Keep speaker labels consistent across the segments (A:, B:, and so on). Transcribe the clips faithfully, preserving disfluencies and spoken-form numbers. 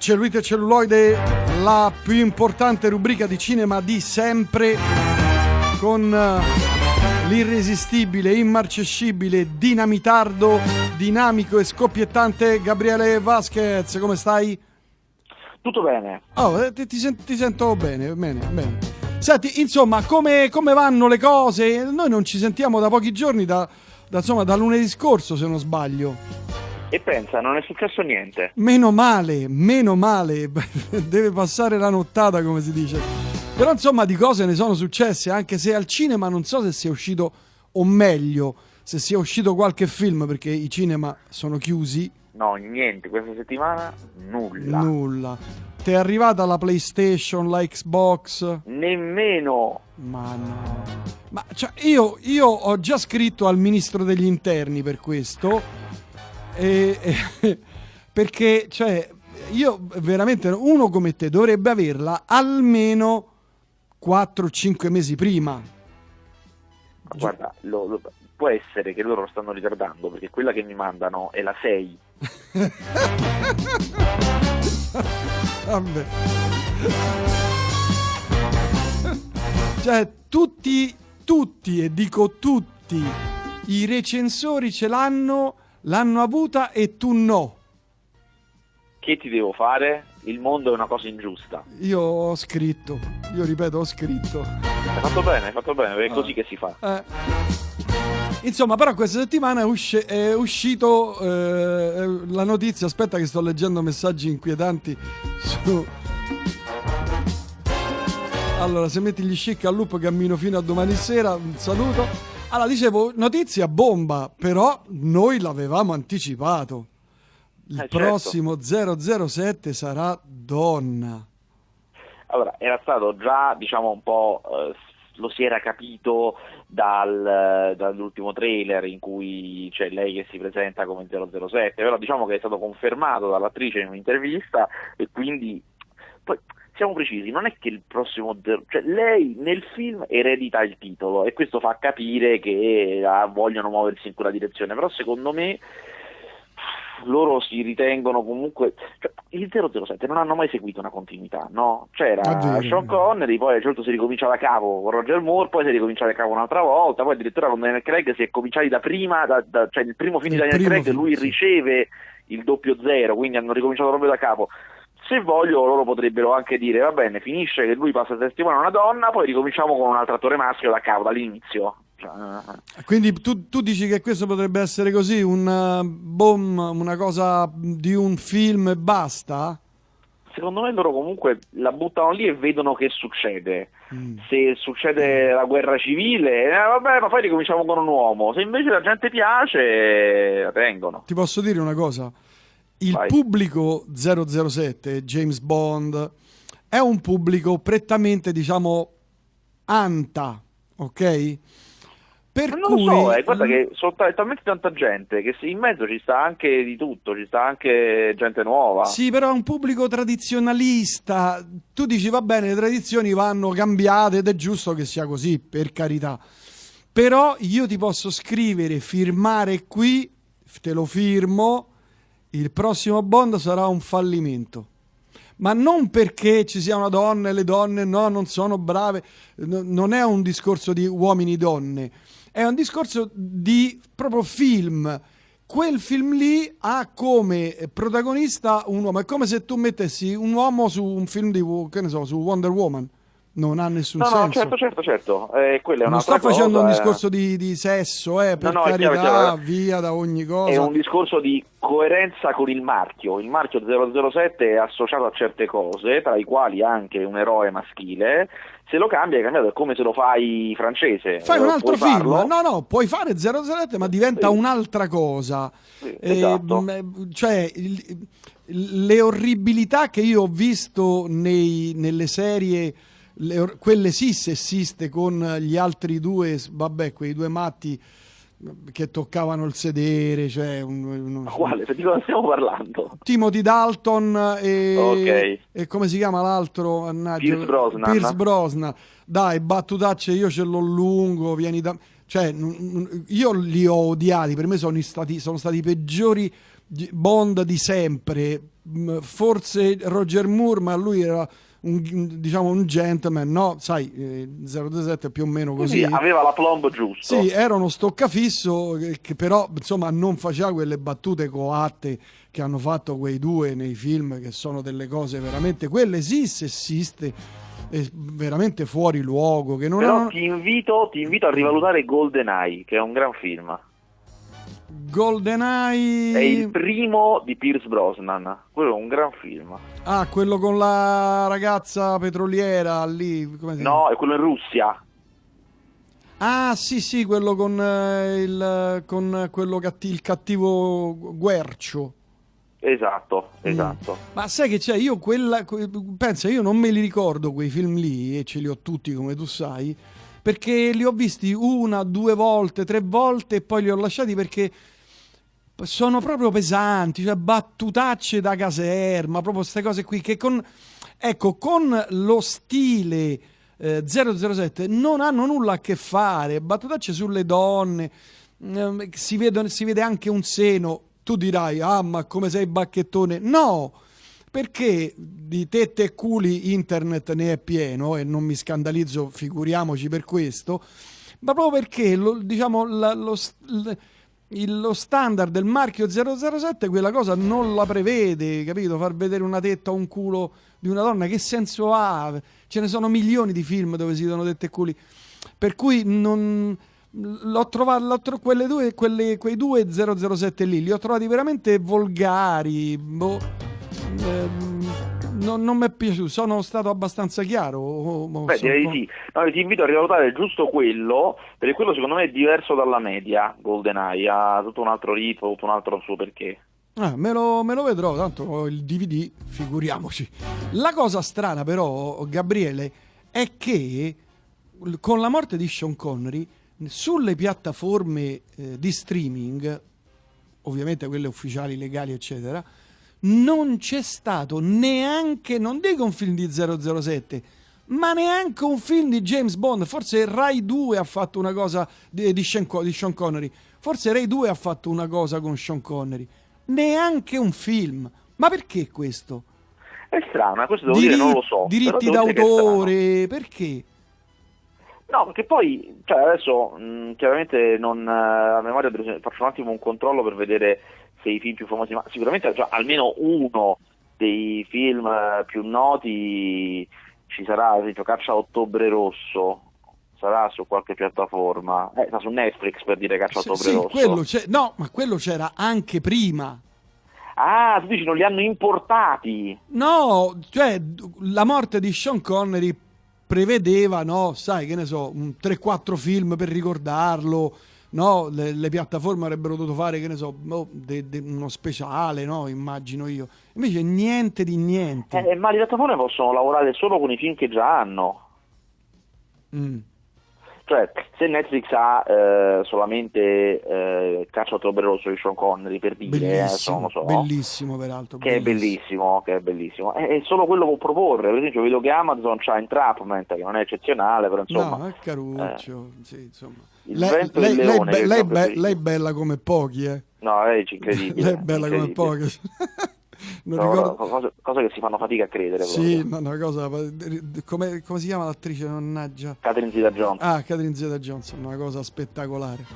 A: Cellulite e celluloide, la più importante rubrica di cinema di sempre, con l'irresistibile, immarcescibile, dinamitardo, dinamico e scoppiettante Gabriele Vasquez. Come stai?
B: Tutto bene.
A: Oh, ti, ti, sent- ti sento bene, bene, bene. Senti, insomma, come, come vanno le cose? Noi non ci sentiamo da pochi giorni, da, da, insomma, da lunedì scorso, se non sbaglio.
B: E pensa, non è successo niente.
A: Meno male, meno male. Deve passare la nottata, come si dice. Però, insomma, di cose ne sono successe, anche se al cinema non so se sia uscito, o meglio, se sia uscito qualche film, perché i cinema sono chiusi.
B: No, niente, questa settimana nulla.
A: Nulla. Ti è arrivata la PlayStation, la Xbox?
B: Nemmeno.
A: Ma no. Ma cioè, io, io ho già scritto al ministro degli interni per questo. E, e, perché, cioè, io veramente, uno come te dovrebbe averla almeno quattro cinque mesi prima.
B: Guarda, lo, lo, può essere che loro lo stanno ritardando, perché quella che mi mandano è la sei.
A: Vabbè. Cioè, tutti, tutti, e dico tutti, i recensori ce l'hanno, l'hanno avuta e tu no.
B: Che ti devo fare? Il mondo è una cosa ingiusta.
A: Io ho scritto, io ripeto, ho scritto.
B: Hai fatto bene, hai fatto bene, perché è così che si fa.
A: Eh. Insomma, però questa settimana è, usci- è uscito eh, la notizia, aspetta che sto leggendo messaggi inquietanti su... Allora, se metti gli chic al loop cammino fino a domani sera, un saluto. Allora, dicevo, notizia bomba, però noi l'avevamo anticipato. Il
B: eh,
A: prossimo certo. zero zero sette sarà donna.
B: Allora, era stato già, diciamo, un po'... Eh, lo si era capito dal, dall'ultimo trailer in cui c'è lei che si presenta come zero zero sette, però diciamo che è stato confermato dall'attrice in un'intervista, e quindi poi siamo precisi, non è che il prossimo, cioè lei nel film eredita il titolo e questo fa capire che ah, vogliono muoversi in quella direzione, però secondo me loro si ritengono comunque, cioè, il zero zero sette non hanno mai seguito una continuità, no? C'era Sean Connery, poi a un certo si ricomincia da capo con Roger Moore, poi si ricomincia da capo un'altra volta, poi addirittura con Daniel Craig si è cominciati da prima, da, da, cioè nel primo film di Daniel Craig
A: film,
B: lui
A: sì.
B: riceve il doppio zero, quindi hanno ricominciato proprio da capo. Se voglio loro potrebbero anche dire va bene, finisce che lui passa a testimone a una donna, poi ricominciamo con un altro attore maschio da capo, dall'inizio.
A: Quindi tu, tu dici che questo potrebbe essere così una, boom, una cosa di un film e basta?
B: Secondo me loro comunque la buttano lì e vedono che succede. Mm. Se succede la guerra civile, eh, vabbè, ma poi ricominciamo con un uomo. Se invece la gente piace, la tengono.
A: Ti posso dire una cosa? Il
B: Vai.
A: Pubblico zero zero sette, James Bond, è un pubblico prettamente, diciamo, anta, ok? Per
B: non
A: cui...
B: lo so, eh, guarda che sono t- talmente tanta gente che in mezzo ci sta anche di tutto, ci sta anche gente nuova.
A: Sì, però è un pubblico tradizionalista. Tu dici va bene, le tradizioni vanno cambiate ed è giusto che sia così, per carità. Però io ti posso scrivere, firmare qui, te lo firmo, il prossimo Bond sarà un fallimento. Ma non perché ci sia una donna e le donne no, non sono brave, no, non è un discorso di uomini-donne, è un discorso di proprio film. Quel film lì ha come protagonista un uomo, è come se tu mettessi un uomo su un film di, che ne so, su Wonder Woman. Non ha nessun
B: no,
A: senso.
B: No, certo, certo, certo. Eh, quella è
A: non sto
B: cosa,
A: facendo un
B: eh.
A: discorso di, di sesso, eh, per
B: no, no,
A: carità,
B: è chiaro, è chiaro.
A: Via da ogni cosa.
B: È un discorso di coerenza con il marchio. Il marchio zero zero sette è associato a certe cose, tra i quali anche un eroe maschile. Se lo cambia, hai cambiato, è come se lo fai francese.
A: Fai un altro film,
B: farlo.
A: no, no, puoi fare zero zero sette, ma diventa sì. un'altra cosa.
B: Sì,
A: eh,
B: esatto.
A: Cioè, il, le orribilità che io ho visto nei, nelle serie, le, quelle sì sessiste con gli altri due, vabbè, quei due matti che toccavano il sedere, cioè un, un,
B: ma quale? Di cosa stiamo parlando?
A: Timothy Dalton e,
B: okay.
A: e come si chiama l'altro?
B: Pierce Brosnan.
A: Pierce Brosnan. Dai, battutacce, io ce l'ho lungo, vieni da... Cioè, io li ho odiati, per me sono stati, sono stati i peggiori Bond di sempre, forse Roger Moore, ma lui era un, diciamo un gentleman, no? Sai, eh, zero zero sette è più o meno così.
B: Sì, aveva la plomb giusto.
A: Sì, era uno stoccafisso che, che però insomma non faceva quelle battute coatte che hanno fatto quei due nei film, che sono delle cose veramente, quelle sì, sessiste, e veramente fuori luogo. Che non
B: però
A: hanno...
B: ti invito, ti invito a rivalutare GoldenEye, che è un gran film.
A: GoldenEye
B: è il primo di Pierce Brosnan, quello è un gran film.
A: Ah, quello con la ragazza petroliera lì, come si
B: no,
A: chiama?
B: è quello in Russia.
A: Ah, sì, sì, quello con eh, il con quello catti- il cattivo Guercio.
B: Esatto, esatto.
A: Mm. Ma sai che c'è? Io quella que- pensa, io non me li ricordo quei film lì, e ce li ho tutti come tu sai, perché li ho visti una, due volte, tre volte e poi li ho lasciati perché sono proprio pesanti, cioè battutacce da caserma, proprio queste cose qui che con, ecco, con lo stile eh, zero zero sette non hanno nulla a che fare, battutacce sulle donne, eh, si, vedono, si vede anche un seno, tu dirai, ah ma come sei bacchettone, no, perché di tette e culi internet ne è pieno e non mi scandalizzo, figuriamoci per questo, ma proprio perché lo, diciamo la, lo, il, lo standard del marchio zero zero sette quella cosa non la prevede, capito? Far vedere una tetta o un culo di una donna, che senso ha? Ce ne sono milioni di film dove si vedono tette e culi, per cui non... l'ho trovato, l'ho tro- quelle due, quelle, quei due zero zero sette lì li ho trovati veramente volgari, boh, ehm, non, non mi è piaciuto, sono stato abbastanza chiaro o, o
B: Beh, direi di sì. No, ti invito a rivalutare giusto quello, perché quello secondo me è diverso dalla media. GoldenEye ha tutto un altro ritmo, tutto un altro suo perché.
A: Ah, me lo, me lo vedrò, tanto ho il D V D, figuriamoci. La cosa strana però, Gabriele, è che con la morte di Sean Connery sulle piattaforme eh, di streaming, ovviamente quelle ufficiali, legali eccetera, non c'è stato neanche, non dico un film di zero zero sette, ma neanche un film di James Bond. Forse Rai due ha fatto una cosa di, di, Sean, di Sean Connery, forse Rai due ha fatto una cosa con Sean Connery, neanche un film. Ma perché questo?
B: È strano, questo devo
A: Diritti,
B: dire non lo so.
A: diritti d'autore, perché?
B: No, perché poi, cioè adesso mh, chiaramente non, a memoria faccio un attimo un controllo per vedere se i film più famosi, ma sicuramente cioè, almeno uno dei film più noti ci sarà, ad esempio Caccia a Ottobre Rosso, sarà su qualche piattaforma, eh, sta su Netflix per dire Caccia a
A: Sì,
B: Ottobre
A: sì,
B: Rosso.
A: quello c'è, no, ma quello c'era anche prima.
B: Ah, tu dici non li hanno importati?
A: No, cioè la morte di Sean Connery prevedeva, no, sai, che ne so, tre quattro film per ricordarlo, no, le, le piattaforme avrebbero dovuto fare, che ne so, oh, de, de, uno speciale, no, immagino io. Invece niente di niente.
B: Eh, ma le piattaforme possono lavorare solo con i film che già hanno.
A: Mm.
B: Cioè, se Netflix ha eh, solamente eh, Caccia a Ottobre Rosso di Sean Connery, per dire,
A: Bellissimo,
B: eh, non lo so,
A: bellissimo peraltro.
B: che
A: bellissimo.
B: è bellissimo, che è bellissimo, e, e solo quello può proporre. Per esempio vedo che Amazon c'ha Entrapment, che non è eccezionale, però insomma...
A: No, è caruccio, eh, sì, insomma.
B: Il
A: Lei,
B: vento
A: lei,
B: del
A: lei,
B: leone,
A: be-
B: che
A: lei,
B: è
A: be- lei è bella come pochi, eh.
B: No, lei è incredibile.
A: Lei è bella come
B: incredibile.
A: pochi. Non
B: No,
A: ricordo...
B: cose, cose che si fanno fatica a credere.
A: Sì,
B: proprio.
A: no, una cosa... Come, come si chiama l'attrice, mannaggia?
B: Catherine Zeta-Jones.
A: Ah, Catherine Zeta-Jones, una cosa spettacolare.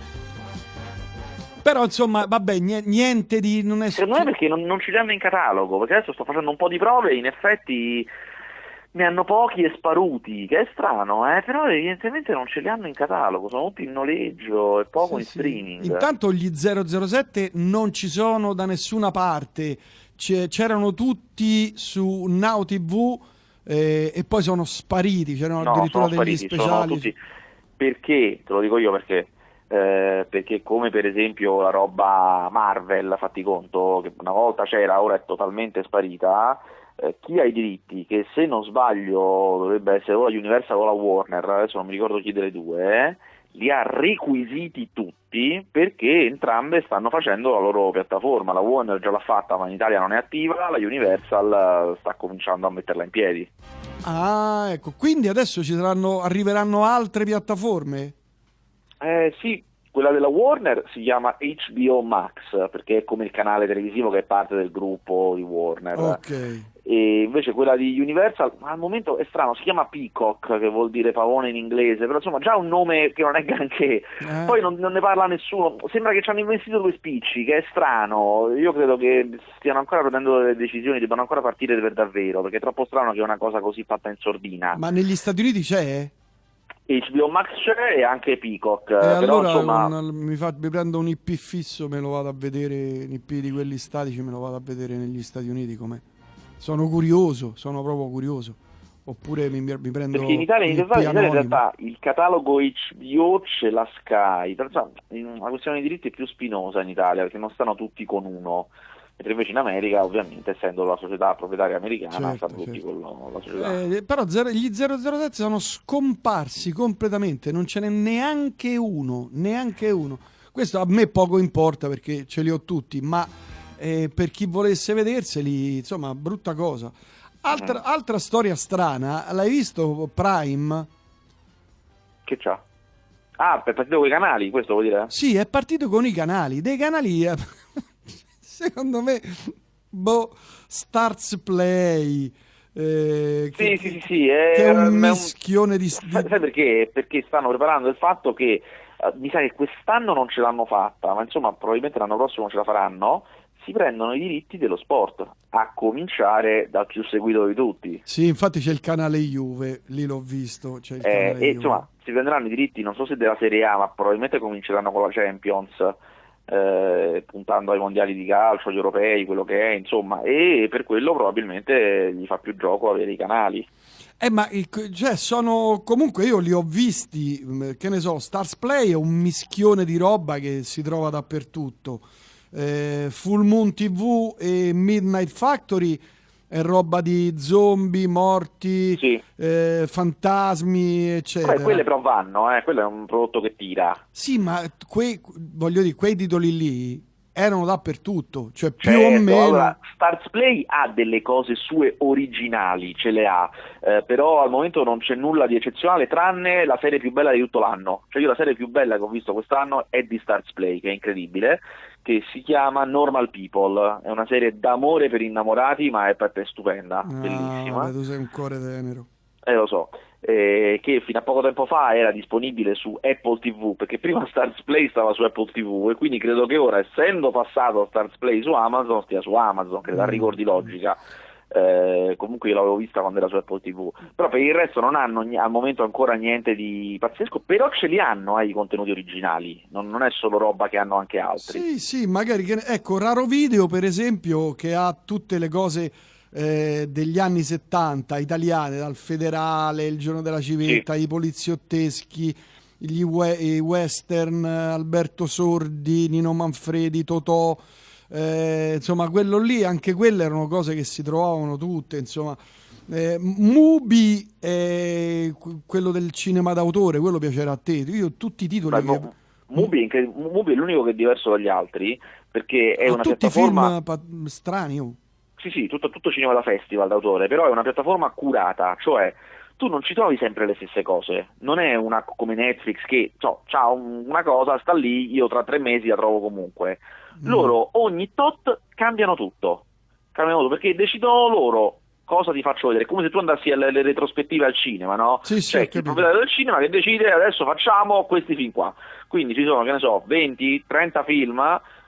A: Però, insomma, vabbè, niente di... Non è...
B: Secondo me perché non, non ci danno in catalogo, perché adesso sto facendo un po' di prove e in effetti ne hanno pochi e sparuti, che è strano, eh? Però evidentemente non ce li hanno in catalogo, sono tutti in noleggio e poco
A: Sì,
B: in
A: sì.
B: streaming.
A: Intanto gli zero zero sette non ci sono da nessuna parte. C'erano tutti su Now T V eh, e poi sono spariti, c'erano
B: No,
A: addirittura
B: sono
A: degli
B: spariti,
A: speciali.
B: sono tutti... Perché, te lo dico io perché, eh, perché come per esempio la roba Marvel, fatti conto, che una volta c'era, ora è totalmente sparita, eh, chi ha i diritti, che se non sbaglio dovrebbe essere o la Universal o la Warner, adesso non mi ricordo chi delle due, eh, li ha requisiti tutti perché entrambe stanno facendo la loro piattaforma. La Warner già l'ha fatta ma in Italia non è attiva, la Universal sta cominciando a metterla in piedi.
A: Ah, ecco, quindi adesso ci saranno, arriveranno altre piattaforme?
B: Eh sì, quella della Warner si chiama H B O Max, perché è come il canale televisivo che è parte del gruppo di Warner.
A: Ok.
B: E invece quella di Universal, ma al momento è strano, si chiama Peacock, che vuol dire pavone in inglese, però insomma già un nome che non è granché. Eh. Poi non, non ne parla nessuno, sembra che ci hanno investito due spicci, che è strano. Io credo che stiano ancora prendendo delle decisioni, debbano ancora partire per davvero, perché è troppo strano che una cosa così fatta in sordina.
A: Ma negli Stati Uniti c'è?
B: H B O Max c'è e anche Peacock.
A: E
B: però,
A: allora
B: insomma...
A: un, mi, fa, mi prendo un I P fisso, me lo vado a vedere, un I P di quelli statici me lo vado a vedere negli Stati Uniti com'è. Sono curioso, sono proprio curioso. Oppure mi, mi prendo
B: perché in Italia, in, realtà, in, Italia in realtà il catalogo H B O c'è la Sky, però la questione dei diritti è più spinosa in Italia perché non stanno tutti con uno, mentre invece in America, ovviamente, essendo la società proprietaria americana, certo, stanno certo. tutti con la società.
A: Eh, però zero, gli zero zero sette sono scomparsi completamente, non ce n'è neanche uno, neanche uno. Questo a me poco importa perché ce li ho tutti, ma eh, per chi volesse vederseli, insomma, brutta cosa. Altra, mm. altra storia strana, l'hai visto Prime?
B: Che c'ha? Ah, è partito con i canali, questo vuol dire?
A: Sì, è partito con i canali, dei canali... secondo me, boh, Stars Play, eh,
B: sì,
A: che,
B: sì, sì, sì, è,
A: che è un
B: è
A: mischione
B: un...
A: di...
B: Sai perché? Perché stanno preparando il fatto che, uh, mi sa che quest'anno non ce l'hanno fatta, ma insomma probabilmente l'anno prossimo non ce la faranno, si prendono i diritti dello sport, a cominciare dal più seguito di tutti.
A: Sì, infatti c'è il canale Juve, lì l'ho visto, c'è il
B: eh,
A: canale
B: e
A: Juve.
B: Insomma, si prenderanno i diritti, non so se della Serie A, ma probabilmente cominceranno con la Champions, Eh, puntando ai mondiali di calcio, agli europei, quello che è, insomma, e per quello probabilmente gli fa più gioco avere i canali.
A: Eh, ma cioè, sono comunque io li ho visti, che ne so, Stars Play è un mischione di roba che si trova dappertutto. Eh, Full Moon T V e Midnight Factory è roba di zombie, morti,
B: sì.
A: eh, fantasmi, eccetera.
B: Beh, quelle però vanno, eh, quello è un prodotto che tira.
A: Sì, ma quei, voglio dire, quei titoli lì erano dappertutto, cioè più
B: certo,
A: o meno...
B: Allora, Stars Play ha delle cose sue originali, ce le ha, eh, però al momento non c'è nulla di eccezionale, tranne la serie più bella di tutto l'anno. Cioè io la serie più bella che ho visto quest'anno è di Stars Play, che è incredibile, che si chiama Normal People, è una serie d'amore per innamorati, ma è, è stupenda, ah, bellissima.
A: Vabbè, tu sei un cuore tenero.
B: Eh, lo so. Eh, che fino a poco tempo fa era disponibile su Apple T V, perché prima Stars Play stava su Apple T V e quindi credo che ora, essendo passato Stars Play su Amazon, stia su Amazon, credo, a rigor di logica. Eh, comunque io l'avevo vista quando era su Apple T V, però per il resto non hanno al momento ancora niente di pazzesco, però ce li hanno eh, i contenuti originali, non, non è solo roba che hanno anche altri.
A: Sì, sì, magari, che, ecco, Raro Video per esempio, che ha tutte le cose Eh, degli anni settanta italiane, dal Federale, Il giorno della civetta, sì. I poliziotteschi, gli we- i western, Alberto Sordi, Nino Manfredi, Totò, eh, insomma quello lì, anche quelle erano cose che si trovavano tutte, insomma. eh, Mubi, eh, quello del cinema d'autore, quello piacerà a te. Io tutti i titoli.
B: Beh, che... Mubi, incred- Mubi è l'unico che è diverso dagli altri, perché è
A: ha
B: una
A: tutti
B: piattaforma
A: film pa- strani oh.
B: Sì, sì, tutto, tutto cinema da festival d'autore, però è una piattaforma curata, cioè tu non ci trovi sempre le stesse cose, non è una come Netflix che so, c'ha un, una cosa, sta lì, io tra tre mesi la trovo comunque. Mm. Loro ogni tot cambiano tutto, cambiano tutto, perché decidono loro cosa ti faccio vedere, come se tu andassi alle, alle retrospettive al cinema, no?
A: Sì, sì,
B: cioè il proprietario del cinema che decide adesso facciamo questi film qua, quindi ci sono, che ne so, venti trenta film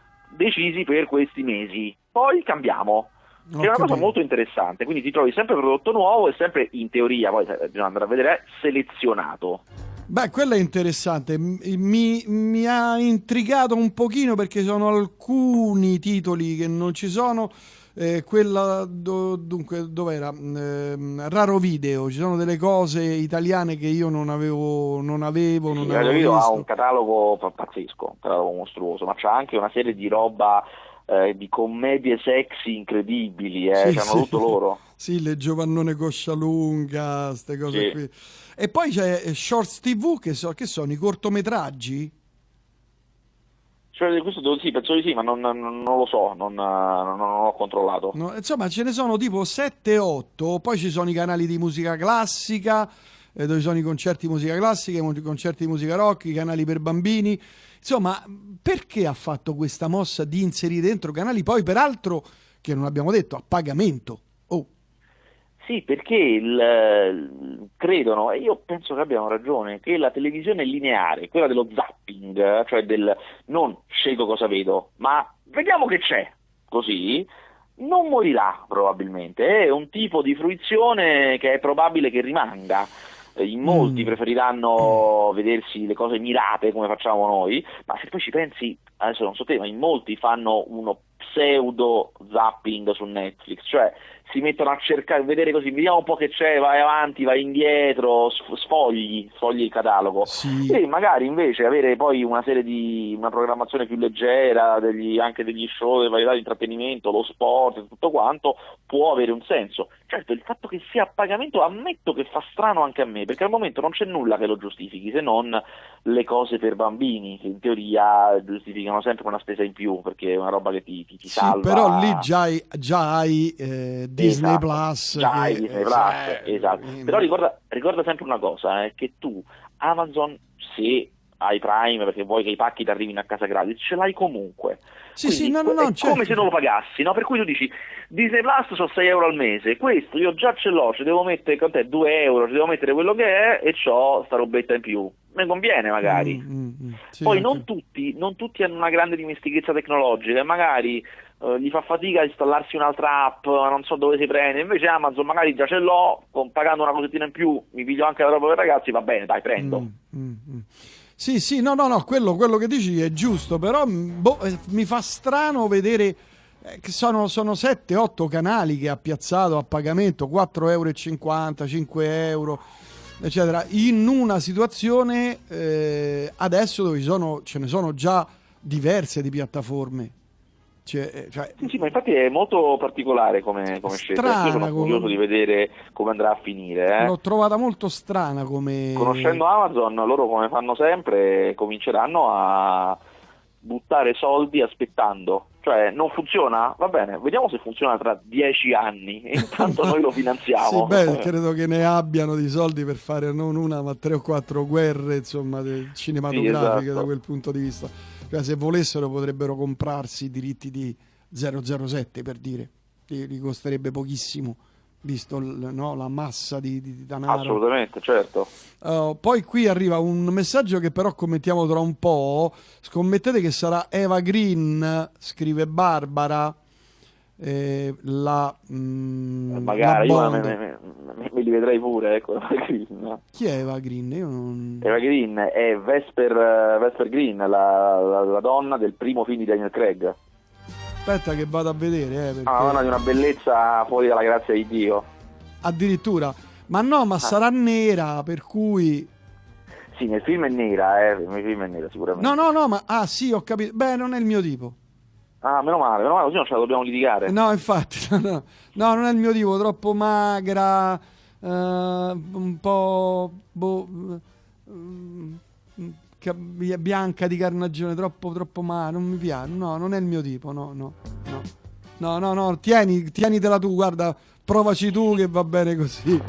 B: decisi per questi mesi, poi cambiamo. Che è una cosa molto interessante, quindi ti trovi sempre prodotto nuovo e sempre, in teoria, poi bisogna andare a vedere, selezionato.
A: Beh, quello è interessante, mi, mi ha intrigato un pochino perché sono alcuni titoli che non ci sono, eh, quella, do, dunque, dov'era? Eh, Raro Video, ci sono delle cose italiane che io non avevo, non avevo, non
B: sì,
A: avevo
B: Video
A: visto.
B: Ha un catalogo pazzesco, un catalogo mostruoso, ma c'ha anche una serie di roba... Eh, di commedie sexy incredibili, eh,
A: sì,
B: hanno
A: sì.
B: tutto loro.
A: Sì, le Giovannone Coscialunga, queste cose
B: sì.
A: qui. E poi c'è Shorts T V, che, so, che sono i cortometraggi?
B: Cioè, questo devo, sì, penso di sì, ma non, non, non lo so, non, non, non ho controllato.
A: No, insomma, ce ne sono tipo sette otto, poi ci sono i canali di musica classica, eh, dove sono i concerti di musica classica, i concerti di musica rock, i canali per bambini. Insomma, perché ha fatto questa mossa di inserire dentro canali poi, peraltro, che non abbiamo detto, a pagamento? Oh.
B: Sì, perché il, credono, e io penso che abbiano ragione, che la televisione lineare, quella dello zapping, cioè del non scelgo cosa vedo, ma vediamo che c'è, così, non morirà probabilmente. È un tipo di fruizione che è probabile che rimanga. In molti mm. preferiranno vedersi le cose mirate come facciamo noi, ma se poi ci pensi, adesso non so te, ma in molti fanno uno pseudo zapping su Netflix, cioè si mettono a cercare, vedere così, vediamo un po' che c'è, vai avanti, vai indietro, sfogli, sfogli il catalogo,
A: sì.
B: E magari invece avere poi una serie di, una programmazione più leggera, degli, anche degli show, delle varietà di intrattenimento, lo sport e tutto quanto, può avere un senso. Certo, il fatto che sia a pagamento ammetto che fa strano anche a me, perché al momento non c'è nulla che lo giustifichi, se non le cose per bambini, che in teoria giustificano sempre una spesa in più, perché è una roba che ti, ti, ti
A: sì,
B: salva.
A: Però lì già hai, già hai eh, Disney
B: esatto,
A: Plus.
B: già
A: che,
B: hai Disney Plus,
A: eh,
B: esatto.
A: eh,
B: Però ricorda, ricorda sempre una cosa, eh, che tu, Amazon, se hai Prime, perché vuoi che i pacchi ti arrivino a casa gratis, ce l'hai comunque.
A: Sì,
B: Quindi,
A: sì, no, no, no,
B: è
A: certo.
B: come se non lo pagassi, no? Per cui tu dici, Disney Plus sono sei euro al mese, questo io già ce l'ho, ci devo mettere, quant'è, due euro, ci devo mettere quello che è e c'ho sta robetta in più. Mi conviene magari.
A: Mm, mm, mm, sì,
B: Poi
A: anche...
B: non tutti, non tutti hanno una grande dimestichezza tecnologica e magari Uh, gli fa fatica a installarsi un'altra app, ma non so dove si prende. Invece Amazon magari già ce l'ho, con, pagando una cosettina in più mi piglio anche la roba per ragazzi, va bene, dai, prendo.
A: Mm, mm, mm. Sì, sì, no, no, no, quello, quello che dici è giusto, però boh, mi fa strano vedere eh, che sono, sono sette otto canali che ha piazzato a pagamento, quattro e cinquanta euro, cinque euro, eccetera, in una situazione eh, adesso dove sono, ce ne sono già diverse di piattaforme. Cioè, cioè,
B: sì, sì, ma infatti è molto particolare come, come scelta. Io sono curioso di vedere come andrà a finire. Eh.
A: L'ho trovata molto strana come...
B: Conoscendo Amazon, loro come fanno sempre, cominceranno a buttare soldi aspettando. Cioè, non funziona? Va bene, vediamo se funziona tra dieci anni e intanto noi lo finanziamo.
A: Sì, beh, credo che ne abbiano di soldi per fare non una ma tre o quattro guerre, insomma, cinematografiche, sì, esatto. Da quel punto di vista. Cioè, se volessero potrebbero comprarsi i diritti di zero zero sette, per dire, li costerebbe pochissimo, visto il, no, la massa di, di denaro.
B: Assolutamente, certo.
A: Uh, poi qui arriva un messaggio che però commentiamo tra un po'. Scommettete che sarà Eva Green, scrive Barbara, eh, la mm,
B: magari
A: la
B: io me, me, me, me li vedrei pure, ecco. Eva Green.
A: Chi è Eva Green? Io non...
B: Eva Green è Vesper, Vesper Green, la, la, la donna del primo film di Daniel Craig.
A: Aspetta che vado a vedere, eh, perché...
B: Ah, una donna di una bellezza fuori dalla grazia di Dio.
A: Addirittura. Ma no, ma ah. sarà nera, per cui...
B: Sì, nel film è nera, eh, nel film è nera sicuramente.
A: No, no, no, ma... Ah, sì, ho capito. Beh, non è il mio tipo.
B: Ah, meno male, meno male, così non ce la dobbiamo litigare.
A: No, infatti, no, no, no, non è il mio tipo, troppo magra, uh, un po' boh, uh, bianca di carnagione, troppo, troppo magra, non mi piace, no, non è il mio tipo, no, no, no, no, no, no, tieni, tienitela tu, guarda, provaci tu che va bene così.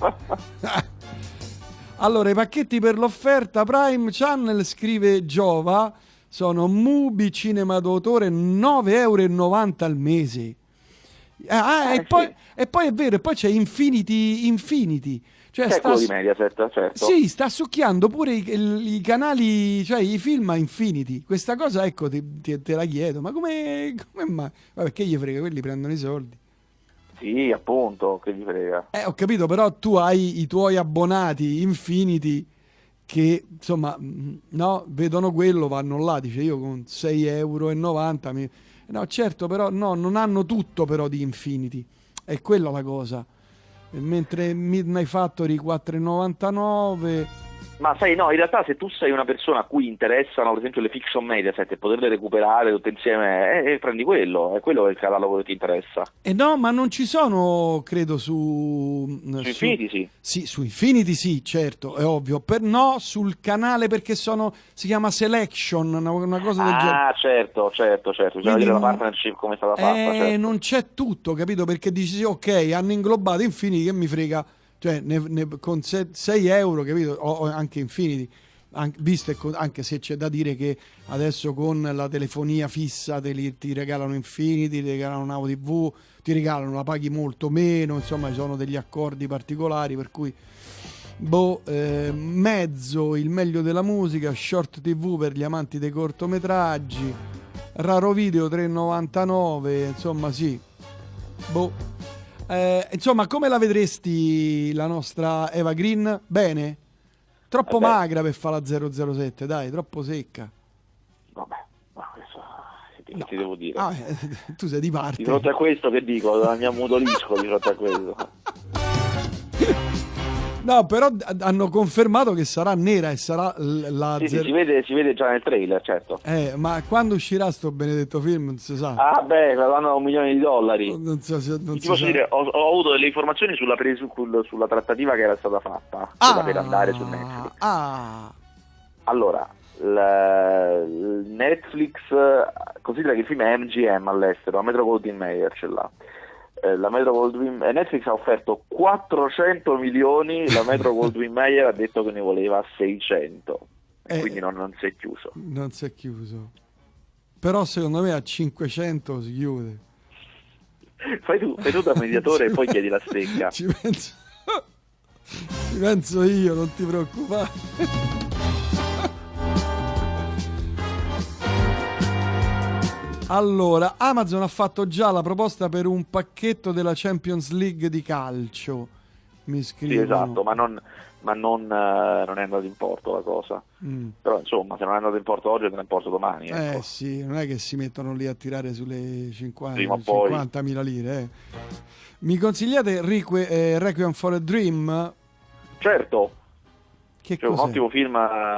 A: Allora, i pacchetti per l'offerta Prime Channel, scrive Giova, sono Mubi Cinema d'autore nove e novanta euro al mese. Ah, eh, e, poi, sì. e poi è vero, e poi c'è Infinity Infinity. Cioè
B: c'è
A: sta,
B: quello di Mediaset, certo.
A: Sì, sta succhiando pure i, i, i canali, cioè i film a Infinity. Questa cosa, ecco, ti, ti, te la chiedo, ma come, come mai? Ma perché gli frega? Quelli prendono i soldi.
B: Sì, appunto, che gli frega.
A: Eh, ho capito, però tu hai i tuoi abbonati Infinity che insomma no, vedono quello, vanno là, dice io con sei e novanta euro mi... no, certo, però no, non hanno tutto però di Infinity, è quella la cosa. E mentre Midnight Factory quattro e novantanove.
B: Ma sai, no, in realtà se tu sei una persona a cui interessano per esempio le fiction Mediaset e poterle recuperare tutte insieme, eh, eh, prendi quello, è quello il catalogo che ti interessa.
A: Eh no, ma non ci sono, credo, su...
B: Su, su Infinity sì.
A: Sì, su Infinity sì, certo, è ovvio. Per, no, sul canale perché sono, si chiama Selection, una, una cosa del
B: ah,
A: genere. Ah,
B: certo, certo, certo. Bisogna vedere la partnership come è stata fatta.
A: Eh,
B: certo.
A: Non c'è tutto, capito? Perché dici sì, ok, hanno inglobato Infinity, che mi frega cioè ne, ne, con sei euro, capito? O, o anche Infinity, anche, visto e con, anche se c'è da dire che adesso con la telefonia fissa te li, ti regalano Infinity, ti regalano una tivù, ti regalano, la paghi molto meno, insomma ci sono degli accordi particolari, per cui boh, eh, mezzo, il meglio della musica, short tivù per gli amanti dei cortometraggi, raro video tre e novantanove, insomma sì, boh, eh, insomma come la vedresti la nostra Eva Green? Bene? Troppo
B: Vabbè.
A: magra per fare la zero zero sette, dai, troppo secca.
B: Vabbè, ma questo che
A: No.
B: ti devo dire?
A: Ah, eh, tu sei di parte.
B: Di fronte a questo che dico? La mia mutolisco di fronte a questo.
A: No, però hanno confermato che sarà nera e sarà la
B: Sì,
A: zero...
B: sì, si vede, si vede già nel trailer, certo.
A: Eh, ma quando uscirà sto benedetto film non si sa.
B: Ah beh, danno un milione di dollari.
A: Non so se non
B: Ti
A: si
B: posso
A: sa.
B: dire, ho, ho avuto delle informazioni sulla, presu- sulla trattativa che era stata fatta ah, per andare su Netflix.
A: Ah,
B: Allora, l- l- Netflix considera che il film è M G M all'estero, la Metro Goldwyn Mayer ce l'ha. Eh, la Metro Goldwyn, eh, Netflix ha offerto quattrocento milioni, la Metro Goldwyn Mayer ha detto che ne voleva seicento,
A: Eh,
B: quindi non, non si è chiuso.
A: non si è chiuso. Però secondo me a cinquecento si chiude.
B: Fai tu, fai tu da mediatore e poi chiedi la stecca.
A: Ci penso, ci penso io, non ti preoccupare. Allora, Amazon ha fatto già la proposta per un pacchetto della Champions League di calcio. Mi
B: Sì,
A: scrivono.
B: esatto, ma non, ma non, eh, non è andato in porto la cosa.
A: Mm.
B: Però insomma, se non è andato in porto oggi, andrà in porto domani. Ecco.
A: Eh sì, non è che si mettono lì a tirare sulle cinquanta,
B: Prima o poi.
A: cinquantamila lire. Eh. Mi consigliate Requ- eh, Requiem for a Dream?
B: Certo,
A: Che
B: c'è un
A: cos'è?
B: ottimo film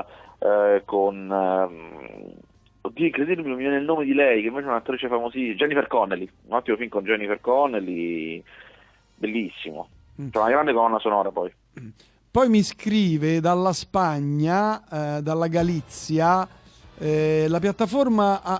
B: eh, con... ehm, oddio, incredibile, mi viene il nome di lei, che invece è un'attrice famosissima, Jennifer Connelly. Un ottimo film con Jennifer Connelly, bellissimo.
A: Mm.
B: C'è una grande colonna sonora poi.
A: Poi mi scrive dalla Spagna, eh, dalla Galizia, eh, la piattaforma a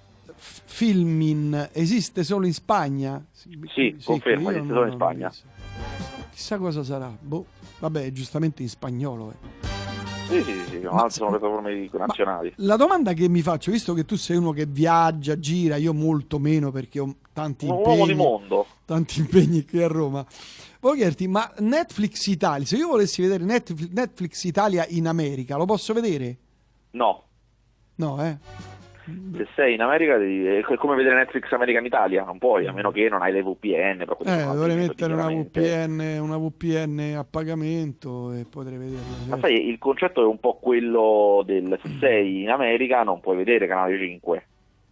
A: F- Filmin esiste solo in Spagna?
B: Sì, confermo,
A: io
B: esiste
A: non
B: solo in
A: l'ho
B: Spagna.
A: visto. Chissà cosa sarà. Boh. Vabbè, giustamente in spagnolo. Eh.
B: Sì, sì, sì,
A: Ma
B: ma
A: se-
B: sono piattaforme nazionali.
A: La domanda che mi faccio, visto che tu sei uno che viaggia, gira, io molto meno perché ho tanti
B: Un uomo di
A: impegni,
B: mondo.
A: tanti impegni qui a Roma. Voglio chiederti, ma Netflix Italia, se io volessi vedere Netflix, Netflix Italia in America, lo posso vedere?
B: No,
A: No, eh?
B: se sei in America devi- è come vedere Netflix America in Italia, non puoi, a meno che non hai le V P N. però quelli
A: Eh,
B: sono
A: dovrei
B: altri
A: mettere una
B: metodi,
A: V P
B: chiaramente.
A: N, una V P N a pagamento e potrei vederla.
B: Ma
A: certo.
B: sai, il concetto è un po' quello del se sei in America non puoi vedere Canale cinque,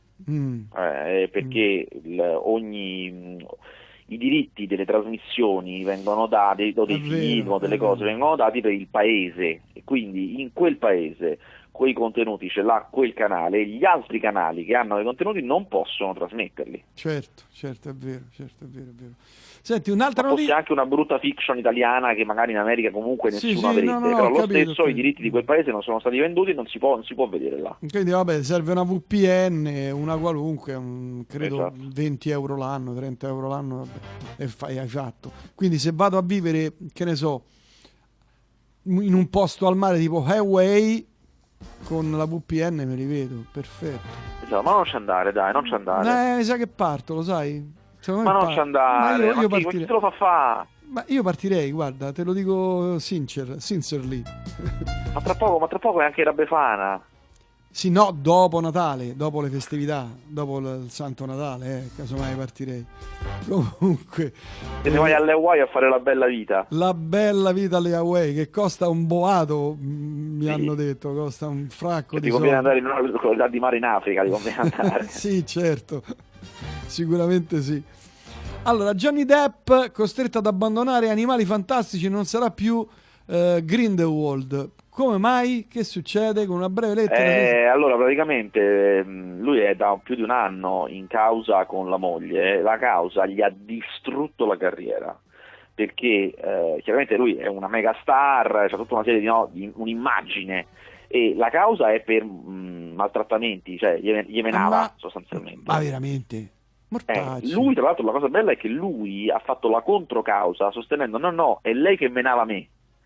A: Mm.
B: eh, perché il- ogni... i diritti delle trasmissioni vengono dati, o dei
A: È vero,
B: film, o
A: è
B: delle
A: vero.
B: cose vengono dati per il paese, e quindi in quel paese quei contenuti ce l'ha quel canale, e gli altri canali che hanno dei contenuti non possono trasmetterli.
A: Certo, certo, è vero, certo, è vero, è vero. Senti, un'altra
B: Ma fosse
A: notizia.
B: anche una brutta fiction italiana che magari in America comunque
A: Sì,
B: nessuno
A: sì,
B: avrebbe,
A: no, no,
B: però
A: ho
B: lo
A: capito,
B: stesso
A: ho
B: i
A: capito.
B: diritti di quel paese non sono stati venduti e non si può, non si può vedere là.
A: Quindi vabbè, serve una V P N, una qualunque, un- credo
B: Esatto.
A: venti euro l'anno, trenta euro l'anno, vabbè, e fai, hai fatto. Quindi se vado a vivere, che ne so, in un posto al mare tipo Hawaii, con la V P N me li vedo, perfetto.
B: Esatto, ma non ci andare, dai, non ci andare.
A: Eh, mi sa che parto, lo sai? Secondo
B: ma
A: me
B: non
A: par-
B: ci andare,
A: Ma io,
B: ma
A: io
B: chi, chi
A: partirei.
B: te lo fa fa?
A: Ma io partirei, guarda, te lo dico sincer, sincerely.
B: Ma tra poco, ma tra poco è anche la Befana.
A: Sì, no, dopo Natale, dopo le festività, dopo il il Santo Natale, eh, casomai partirei. Comunque,
B: Te ne vai alle Hawaii a fare la bella vita.
A: la bella vita alle Hawaii, che costa un boato, mm, mi
B: Sì.
A: hanno detto, costa un fracco
B: Che
A: di
B: ti conviene
A: soldi.
B: andare in una qualità di mare in Africa, ti conviene andare.
A: Sì, certo, sicuramente sì. Allora, Johnny Depp, costretto ad abbandonare Animali Fantastici, non sarà più eh, Grindelwald. Come mai? Che succede? Con una breve lettera?
B: Eh, allora, praticamente mh, lui è da più di un anno in causa con la moglie. La causa gli ha distrutto la carriera, perché eh, chiaramente lui è una megastar, c'ha tutta una serie di, no, di un'immagine, e la causa è per mh, maltrattamenti, cioè gli, gli menava
A: Ma-
B: sostanzialmente.
A: Ma veramente? Mortacci.
B: Eh, lui, tra l'altro, la cosa bella è che lui ha fatto la controcausa sostenendo no, no, è lei che menava me.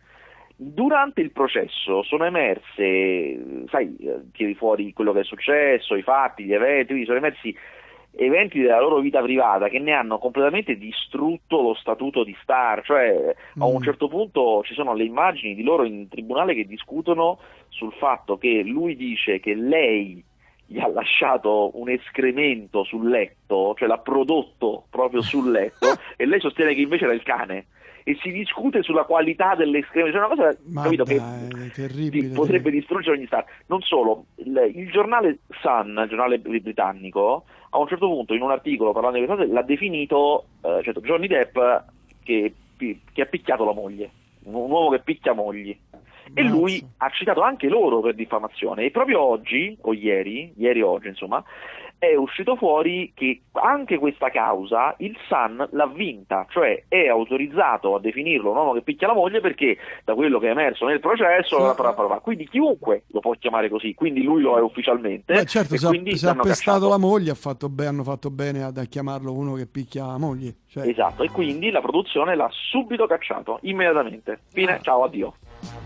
B: Durante il processo sono emerse, sai, tiri fuori quello che è successo, i fatti, gli eventi, sono emersi eventi della loro vita privata che ne hanno completamente distrutto lo statuto di star, cioè mm. a un certo punto ci sono le immagini di loro in tribunale che discutono sul fatto che lui dice che lei gli ha lasciato un escremento sul letto, cioè l'ha prodotto proprio sul letto e lei sostiene che invece era il cane. E si discute sulla qualità dell'escremento, cioè una cosa
A: Ma
B: capito,
A: dai,
B: che
A: terribile,
B: potrebbe
A: terribile.
B: distruggere ogni star. Non solo, il, il giornale Sun, il giornale britannico, a un certo punto in un articolo parlando di queste cose l'ha definito eh, certo, Johnny Depp che, che ha picchiato la moglie, un, un uomo che picchia mogli. E
A: Mazza.
B: lui ha citato anche loro per diffamazione. E proprio oggi, o ieri, ieri o oggi insomma, è uscito fuori che anche questa causa il Sun l'ha vinta, cioè è autorizzato a definirlo un uomo che picchia la moglie perché da quello che è emerso nel processo,
A: sì.
B: la parla, parla. Quindi chiunque lo può chiamare così, quindi lui lo è ufficialmente.
A: Beh, certo,
B: e
A: se,
B: quindi
A: ha, se ha pestato
B: cacciato.
A: la moglie ha fatto be- hanno fatto bene ad a chiamarlo uno che picchia la moglie. Cioè...
B: Esatto, e quindi la produzione l'ha subito cacciato, immediatamente. Fine,
A: ah.
B: ciao, addio.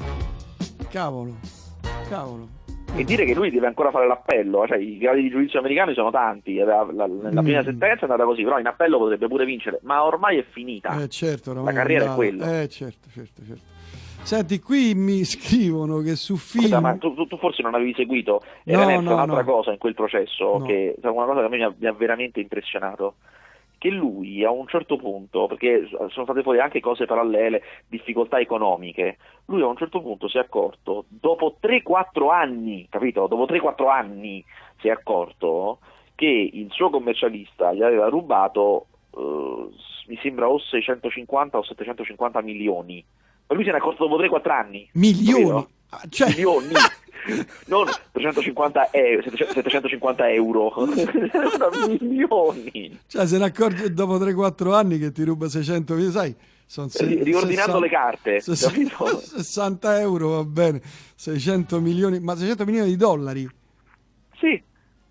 A: Cavolo, cavolo.
B: E dire che lui deve ancora fare l'appello, cioè i gradi di giudizio americani sono tanti, la, la, la prima mm. sentenza è andata così, però in appello potrebbe pure vincere, ma ormai è finita,
A: eh, certo,
B: la carriera è, è quella.
A: Eh certo, certo, certo. Senti, qui mi scrivono che su film...
B: Scusa, ma tu, tu forse non avevi seguito, era
A: no,
B: emersa
A: no,
B: un'altra
A: no.
B: cosa in quel processo,
A: no.
B: che è una cosa che a me mi ha, mi ha veramente impressionato, che lui a un certo punto, perché sono state fuori anche cose parallele, difficoltà economiche, lui a un certo punto si è accorto, dopo tre quattro anni, capito? Dopo tre quattro anni si è accorto che il suo commercialista gli aveva rubato, eh, mi sembra o seicentocinquanta o settecentocinquanta milioni, ma lui se ne è accorto dopo tre quattro anni.
A: Milioni? Cioè...
B: Milioni! Non trecentocinquanta euro, settecentocinquanta euro, milioni.
A: Cioè se ne accorge dopo tre quattro anni che ti ruba seicento mila, sai, sono se-
B: riordinando
A: sessanta
B: le carte,
A: sessanta, sessanta euro, va bene, seicento milioni, ma seicento milioni di dollari?
B: Sì.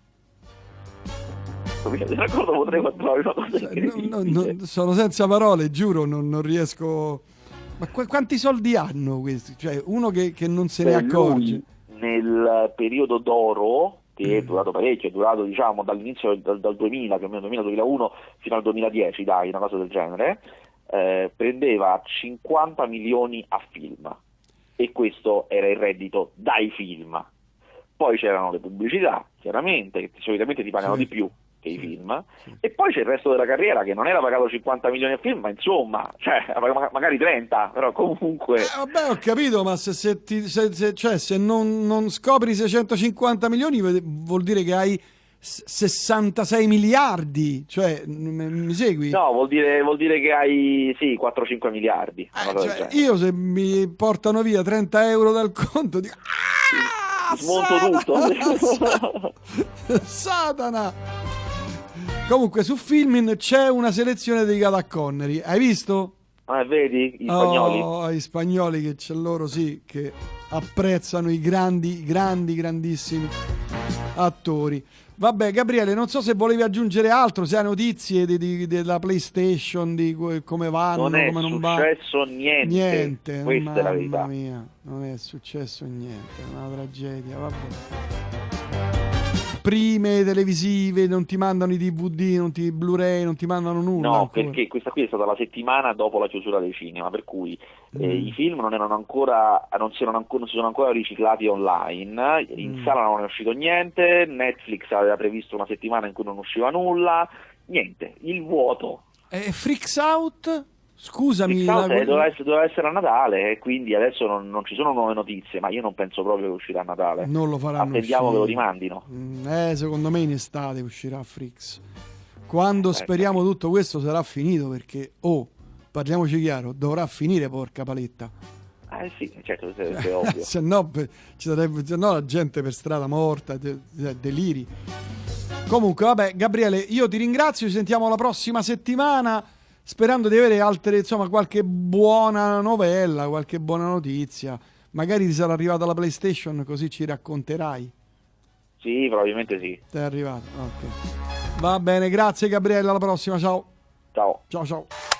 B: Se ne accorgo dopo tre quattro anni, una cosa
A: cioè, no, no, no, sono senza parole, giuro, non, non riesco... Ma qu- quanti soldi hanno questi? Cioè uno che, che non se
B: Beh,
A: ne accorge.
B: Lui, nel periodo d'oro, che è durato parecchio, è durato diciamo dall'inizio dal, dal duemila, più o meno duemila duemilauno fino al duemiladieci, dai, una cosa del genere, eh, prendeva cinquanta milioni a film, e questo era il reddito dai film. Poi c'erano le pubblicità, chiaramente, che solitamente ti pagano
A: sì.
B: di più che i
A: sì.
B: film,
A: sì.
B: E poi c'è il resto della carriera che non era pagato cinquanta milioni a film, ma insomma, cioè magari trenta, però comunque...
A: Eh, vabbè, ho capito, ma se, se, ti, se, se, cioè, se non, non scopri seicentocinquanta milioni vuol dire che hai sessantasei miliardi, cioè m- mi segui?
B: No, vuol dire, vuol dire che hai sì quattro cinque miliardi.
A: Eh, cioè, io se mi portano via trenta euro dal conto dico ah,
B: smonto
A: Satana!
B: tutto.
A: Satana! Comunque su Filmin c'è una selezione dedicata a Connery, hai visto?
B: Ah, vedi? Gli spagnoli.
A: Oh, gli spagnoli che c'è loro sì, che apprezzano i grandi, grandi, grandissimi attori. Vabbè, Gabriele, non so se volevi aggiungere altro, se hai notizie di, di, della PlayStation, di come vanno,
B: non è
A: come non vanno.
B: Non è successo niente.
A: Niente,
B: questa è la verità.
A: Mamma mia, non è successo niente, è una tragedia, vabbè. Prime televisive, non ti mandano i D V D, non ti Blu-ray, non ti mandano nulla.
B: No,
A: ancora.
B: Perché questa qui è stata la settimana dopo la chiusura dei cinema, per cui
A: mm.
B: eh, i film non erano ancora, non si, erano ancora, non si sono ancora riciclati online, in
A: mm.
B: sala non è uscito niente, Netflix aveva previsto una settimana in cui non usciva nulla, niente, il vuoto.
A: E Freaks Out? Scusami,
B: Freaks Out,
A: la...
B: eh, doveva, essere, doveva essere a Natale e quindi adesso non, non ci sono nuove notizie, ma io non penso proprio che uscirà a Natale.
A: Non lo faranno.
B: Attendiamo
A: uscire.
B: che lo rimandino.
A: Eh, secondo me in estate uscirà Freaks. Quando eh, speriamo tutto questo sarà finito, perché oh, parliamoci chiaro, dovrà finire, porca paletta.
B: Eh sì, certo, è, è ovvio.
A: se, no, ci sarebbe, se no la gente per strada morta, de, de, deliri. Comunque, vabbè, Gabriele, io ti ringrazio, ci sentiamo la prossima settimana, sperando di avere altre, insomma, qualche buona novella, qualche buona notizia. Magari ti sarà arrivata la PlayStation, così ci racconterai.
B: Sì, probabilmente sì.
A: Ti è arrivata, ok. Va bene, grazie Gabriele, alla prossima, ciao.
B: Ciao.
A: Ciao ciao.